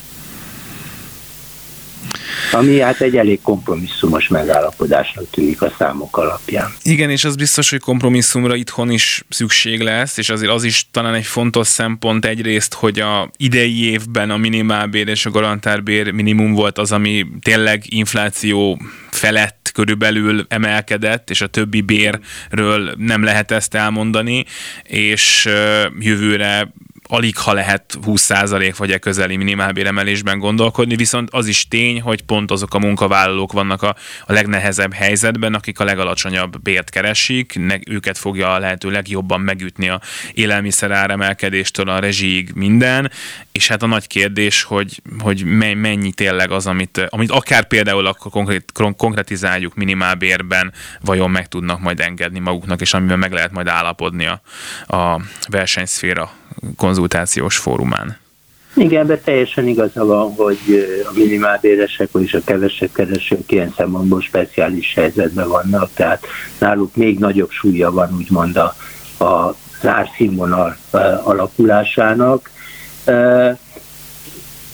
Ami hát egy elég kompromisszumos megállapodásnak tűnik a számok alapján. Igen, és az biztos, hogy kompromisszumra itthon is szükség lesz, és azért az is talán egy fontos szempont egyrészt, hogy a idei évben a minimálbér és a garantált bér minimum volt az, ami tényleg infláció felett körülbelül emelkedett, és a többi bérről nem lehet ezt elmondani, és jövőre alig ha lehet 20% vagy közeli minimálbéremelésben gondolkodni, viszont az is tény, hogy pont azok a munkavállalók vannak a legnehezebb helyzetben, akik a legalacsonyabb bért keresik, őket fogja a lehető legjobban megütni a élelmiszer áremelkedéstől a rezsiig minden, és hát a nagy kérdés, hogy mennyi tényleg az, amit akár például akkor konkretizáljuk minimálbérben, vajon meg tudnak majd engedni maguknak, és amiben meg lehet majd állapodni a versenyszféra konzultációs fórumán. Igen, de teljesen igaza van, hogy a minimálbéresek, és a kevesebb keresők ilyen szempontból speciális helyzetben vannak, tehát náluk még nagyobb súlya van úgymond az árszínvonal alakulásának.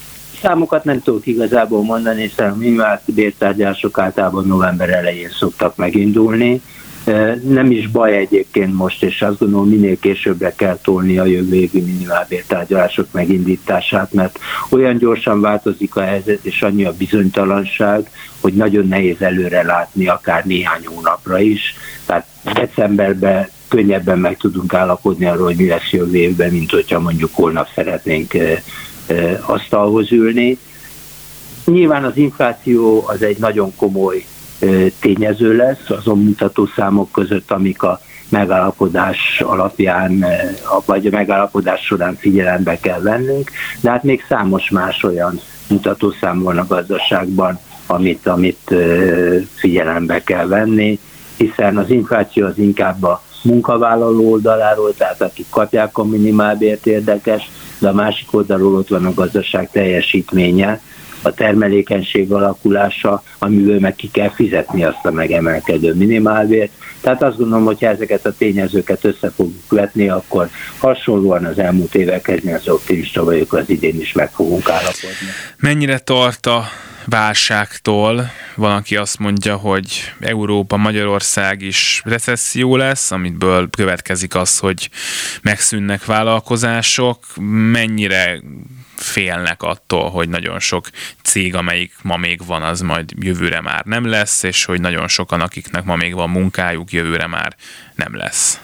számokat nem tudok igazából mondani, hiszen a minimálbértárgyalások általában november elején szoktak megindulni. Nem is baj egyébként most, és azt gondolom, minél későbbre kell tolni a jövő évi minimálbértárgyalások megindítását, mert olyan gyorsan változik a helyzet, és annyi a bizonytalanság, hogy nagyon nehéz előre látni, akár néhány hónapra is. Tehát decemberben könnyebben meg tudunk állapodni arról, hogy mi lesz jövő évben, mint hogyha mondjuk holnap szeretnénk asztalhoz ülni. Nyilván az infláció az egy nagyon komoly tényező lesz azon mutatószámok között, amik a megállapodás alapján, vagy a megállapodás során figyelembe kell vennünk, de hát még számos más olyan mutatószám van a gazdaságban, amit figyelembe kell venni, hiszen az infláció az inkább a munkavállaló oldaláról, tehát akik kapják a minimálbért érdekes, de a másik oldalról ott van a gazdaság teljesítménye, a termelékenység alakulása, amiből meg ki kell fizetni azt a megemelkedő minimálbért. Tehát azt gondolom, hogy ha ezeket a tényezőket össze fogjuk vetni, akkor hasonlóan az elmúlt évekhez, az optimista vagyok, az idén is meg fogunk állapodni. Mennyire tart a válságtól? Van, aki azt mondja, hogy Európa, Magyarország is recesszió lesz, amitből következik az, hogy megszűnnek vállalkozások. Mennyire félnek attól, hogy nagyon sok cég, amelyik ma még van, az majd jövőre már nem lesz, és hogy nagyon sokan, akiknek ma még van munkájuk, jövőre már nem lesz?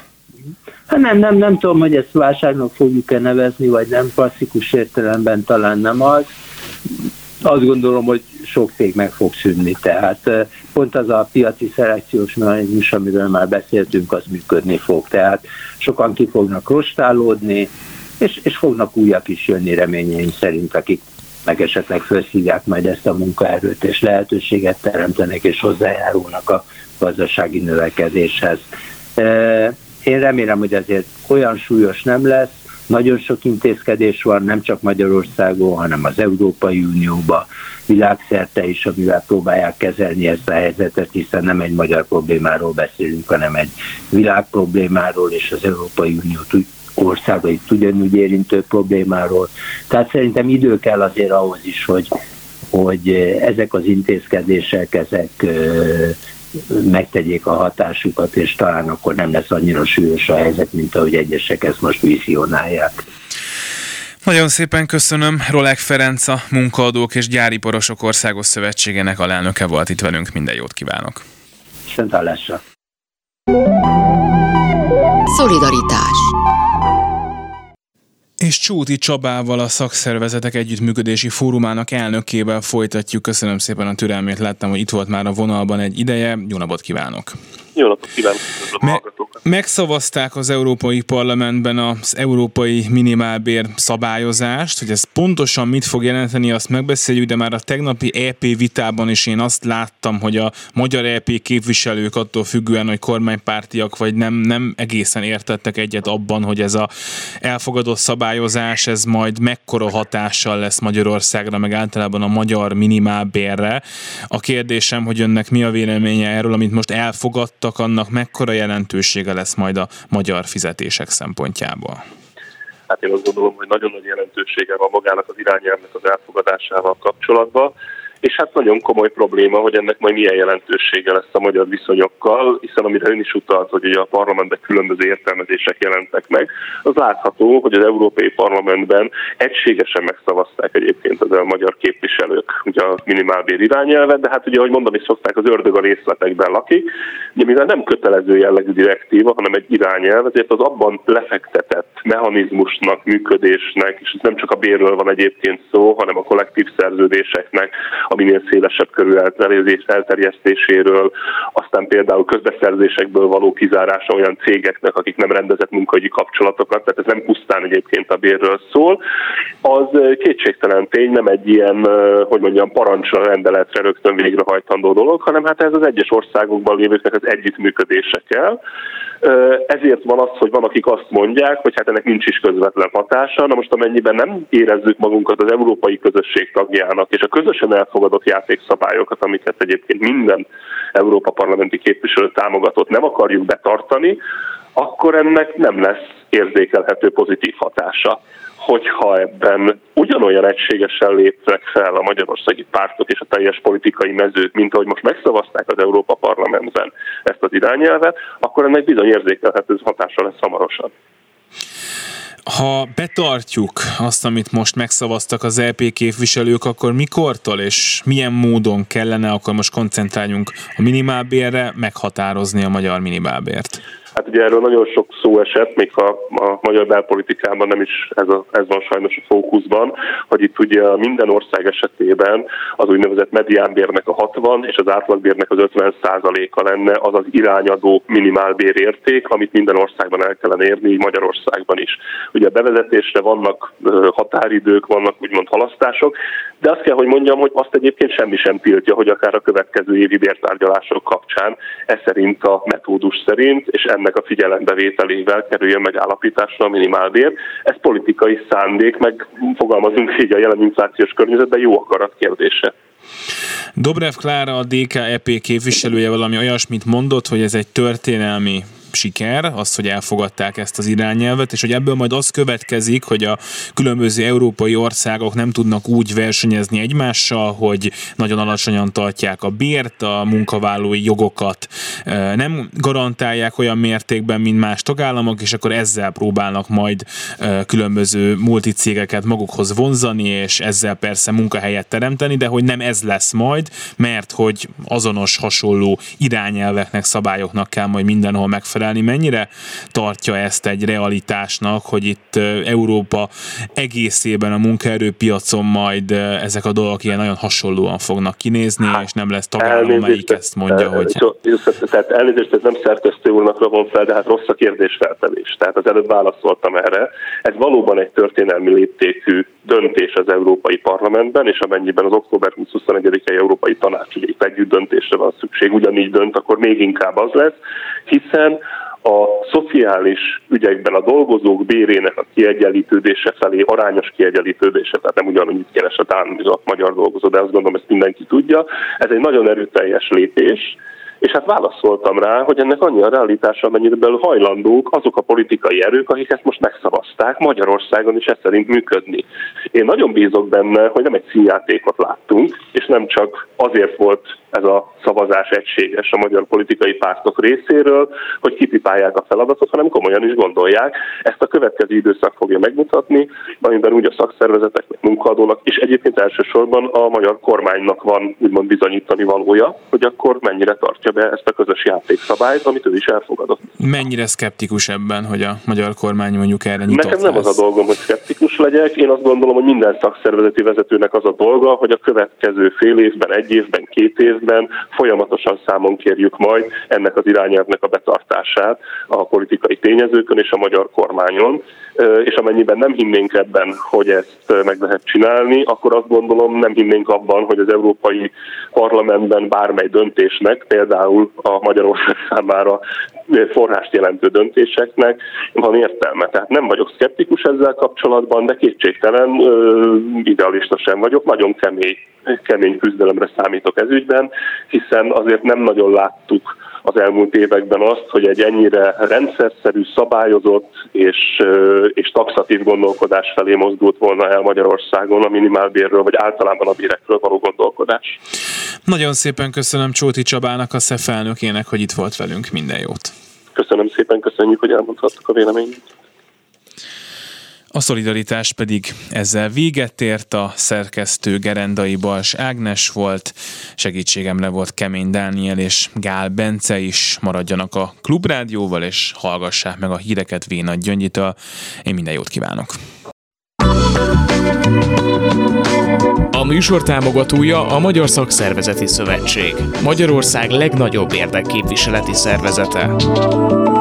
Nem tudom, hogy ezt válságnak fogjuk-e nevezni, vagy nem, klasszikus értelemben talán nem az. Azt gondolom, hogy sok cég meg fog szűnni, tehát pont az a piaci szelekciós mechanizmus, amiről már beszéltünk, az működni fog. Tehát sokan ki fognak rostálódni, és fognak újak is jönni reményeim szerint, akik meg esetleg felszívják majd ezt a munkaerőt, és lehetőséget teremtenek, és hozzájárulnak a gazdasági növekedéshez. Én remélem, hogy azért olyan súlyos nem lesz. Nagyon sok intézkedés van, nem csak Magyarországon, hanem az Európai Unióban, világszerte is, amivel próbálják kezelni ezt a helyzetet, hiszen nem egy magyar problémáról beszélünk, hanem egy világ problémáról, és az Európai Unió országait ugyanúgy érintő problémáról. Tehát szerintem idő kell azért ahhoz is, hogy ezek az intézkedések, ezek megtegyék a hatásukat, és talán akkor nem lesz annyira súlyos a helyzet, mint ahogy egyesek ezt most vizionálják. Nagyon szépen köszönöm. Rolek Ferenc, a Munkaadók és Gyáriparosok Országos Szövetségének alelnöke volt itt velünk. Minden jót kívánok! Viszonthallásra! Szolidaritás. És Csóti Csabával, a Szakszervezetek Együttműködési Fórumának elnökével folytatjuk. Köszönöm szépen a türelmét, láttam, hogy itt volt már a vonalban egy ideje. Jó napot kívánok! Jó napot kívánok! Megszavazták az Európai Parlamentben az európai minimálbér szabályozást, hogy ez pontosan mit fog jelenteni, azt megbeszéljük, de már a tegnapi EP vitában is én azt láttam, hogy a magyar EP képviselők attól függően, hogy kormánypártiak vagy nem egészen értettek egyet abban, hogy ez a elfogadott szabályozás, ez majd mekkora hatással lesz Magyarországra, meg általában a magyar minimálbérre. A kérdésem, hogy önnek mi a véleménye erről, amit most elfogadtak, annak mekkora jelentősége lesz majd a magyar fizetések szempontjából? Hát én azt gondolom, hogy nagyon nagy jelentősége van magának az irányelvnek az elfogadásával kapcsolatban, és hát nagyon komoly probléma, hogy ennek majd milyen jelentősége lesz a magyar viszonyokkal, hiszen amire ön is utalt, hogy ugye a parlamentben különböző értelmezések jelentek meg, az látható, hogy az Európai Parlamentben egységesen megszavazták egyébként az a magyar képviselők ugye a minimálbér irányelvet, de hát ugye, ahogy mondani szokták, az ördög a részletekben lakik. Ugye mivel nem kötelező jellegű direktíva, hanem egy irányelv, ezért az abban lefektetett mechanizmusnak, működésnek, és ez nem csak a bérről van egyébként szó, hanem a kollektív szerződéseknek, a minél szélesebb körű elterjesztéséről, aztán például közbeszerzésekből való kizárása olyan cégeknek, akik nem rendezett munkahogyi kapcsolatokat, tehát ez nem pusztán egyébként a bérről szól. Az kétségtelen tény, nem egy ilyen, hogy mondjam, parancsra, rendeletre rögtön végrehajtandó dolog, hanem hát ez az egyes országokban lévőknek az együttműködése kell. Ezért van az, hogy van, akik azt mondják, hogy hát ennek nincs is közvetlen hatása. Na most amennyiben nem érezzük magunkat az európai közösség tagjának, és a közösen elfogadott játékszabályokat, amiket egyébként minden Európa parlamenti képviselő támogatott, nem akarjuk betartani, akkor ennek nem lesz érzékelhető pozitív hatása. Hogyha ebben ugyanolyan egységesen lépnek fel a magyarországi pártok és a teljes politikai mezők, mint ahogy most megszavazták az Európa Parlamentben ezt az irányelvet, akkor ennek bizony érzékelhető hatása lesz hamarosan. Ha betartjuk azt, amit most megszavaztak az EP képviselők, akkor mikortól és milyen módon kellene, akkor most koncentráljunk a minimálbérre, meghatározni a magyar minimálbért? Hát ugye erről nagyon sok szó esett, még ha a magyar belpolitikában nem is ez van sajnos a fókuszban, hogy itt ugye minden ország esetében az úgynevezett mediánbérnek a 60 és az átlagbérnek az 50%-a lenne az az irányadó minimálbérérték, amit minden országban el kellene érni, így Magyarországban is. Ugye a bevezetésre vannak határidők, vannak úgymond halasztások, de azt kell, hogy mondjam, hogy azt egyébként semmi sem tiltja, hogy akár a következő évi bértárgyalások kapcsán ez szerint a metódus szerint, és ennek a figyelembevételével kerüljön megállapításra a minimálbér. Ez politikai szándék, meg fogalmazunk így a jelen inflációs környezetben jó akarat kérdése. Dobrev Klára, a DK EP képviselője valami olyasmit mondott, hogy ez egy történelmi siker, az, hogy elfogadták ezt az irányelvet, és hogy ebből majd az következik, hogy a különböző európai országok nem tudnak úgy versenyezni egymással, hogy nagyon alacsonyan tartják a bért, a munkavállalói jogokat nem garantálják olyan mértékben, mint más tagállamok, és akkor ezzel próbálnak majd különböző multicégeket magukhoz vonzani, és ezzel persze munkahelyet teremteni, de hogy nem ez lesz majd, mert hogy azonos, hasonló irányelveknek, szabályoknak kell majd mindenhol megfelelni. Mennyire tartja ezt egy realitásnak, hogy itt Európa egészében a munkaerőpiacon majd ezek a dolgok ilyen nagyon hasonlóan fognak kinézni, és nem lesz tagállam, amelyik ezt mondja, hogy... Tehát elnézést, ez nem szerkesztő úrnak ravom fel, de hát rossz a kérdésfeltevés. Tehát az előbb válaszoltam erre. Ez valóban egy történelmi léptékű döntés az Európai Parlamentben, és amennyiben az október 20-21-i Európai Tanács ugye itt együtt döntésre van szükség, ugyanígy dönt, akkor még inkább az lesz, hiszen a szociális ügyekben a dolgozók bérének a kiegyenlítődése felé, arányos kiegyenlítődése, tehát nem ugyanúgy keres a magyar dolgozó, de azt gondolom, ezt mindenki tudja. Ez egy nagyon erőteljes lépés, és hát válaszoltam rá, hogy ennek annyi a realitása, amennyire hajlandók azok a politikai erők, akik ezt most megszavazták, Magyarországon is ez szerint működni. Én nagyon bízok benne, hogy nem egy színjátékot láttunk, és nem csak azért volt ez a szavazás egységes a magyar politikai pártok részéről, hogy kipipálják a feladatot, hanem komolyan is gondolják. Ezt a következő időszak fogja megmutatni, amiben úgy a szakszervezeteknek, munkaadónak, és egyébként elsősorban a magyar kormánynak van úgymond bizonyítani valója, hogy akkor mennyire tartja be ezt a közös játékszabályt, amit ő is elfogadott. Mennyire szkeptikus ebben, hogy a magyar kormány mondjuk erre nyitott lesz? Nekem nem az a dolgom, hogy szkeptikus legyek. Én azt gondolom, hogy minden szakszervezeti vezetőnek az a dolga, hogy a következő fél évben, egy évben, 2 évben folyamatosan számon kérjük majd ennek az irányelvnek a betartását a politikai tényezőkön és a magyar kormányon, és amennyiben nem hinnénk ebben, hogy ezt meg lehet csinálni, akkor azt gondolom, nem hinnénk abban, hogy az Európai Parlamentben bármely döntésnek, például a Magyarország számára forrást jelentő döntéseknek van értelme. Tehát nem vagyok szkeptikus ezzel kapcsolatban, de kétségtelen idealista sem vagyok, nagyon kemény küzdelemre számítok ez ügyben, hiszen azért nem nagyon láttuk az elmúlt években azt, hogy egy ennyire rendszerszerű, szabályozott és taxatív gondolkodás felé mozdult volna el Magyarországon a minimálbérről, vagy általában a bérekről való gondolkodás. Nagyon szépen köszönöm Csóti Csabának, a SZEF elnökének, hogy itt volt velünk. Minden jót! Köszönöm szépen, köszönjük, hogy elmondhattuk a véleményét. A Szolidaritás pedig ezzel véget ért, a szerkesztő Gerendai Bals Ágnes volt, segítségemre volt Kemény Dániel és Gál Bence is. Maradjanak a Klubrádióval, és hallgassák meg a híreket Vénagy Gyöngyitől. Én minden jót kívánok! A műsor támogatója a Magyar Szakszervezeti Szövetség, Magyarország legnagyobb érdekképviseleti szervezete.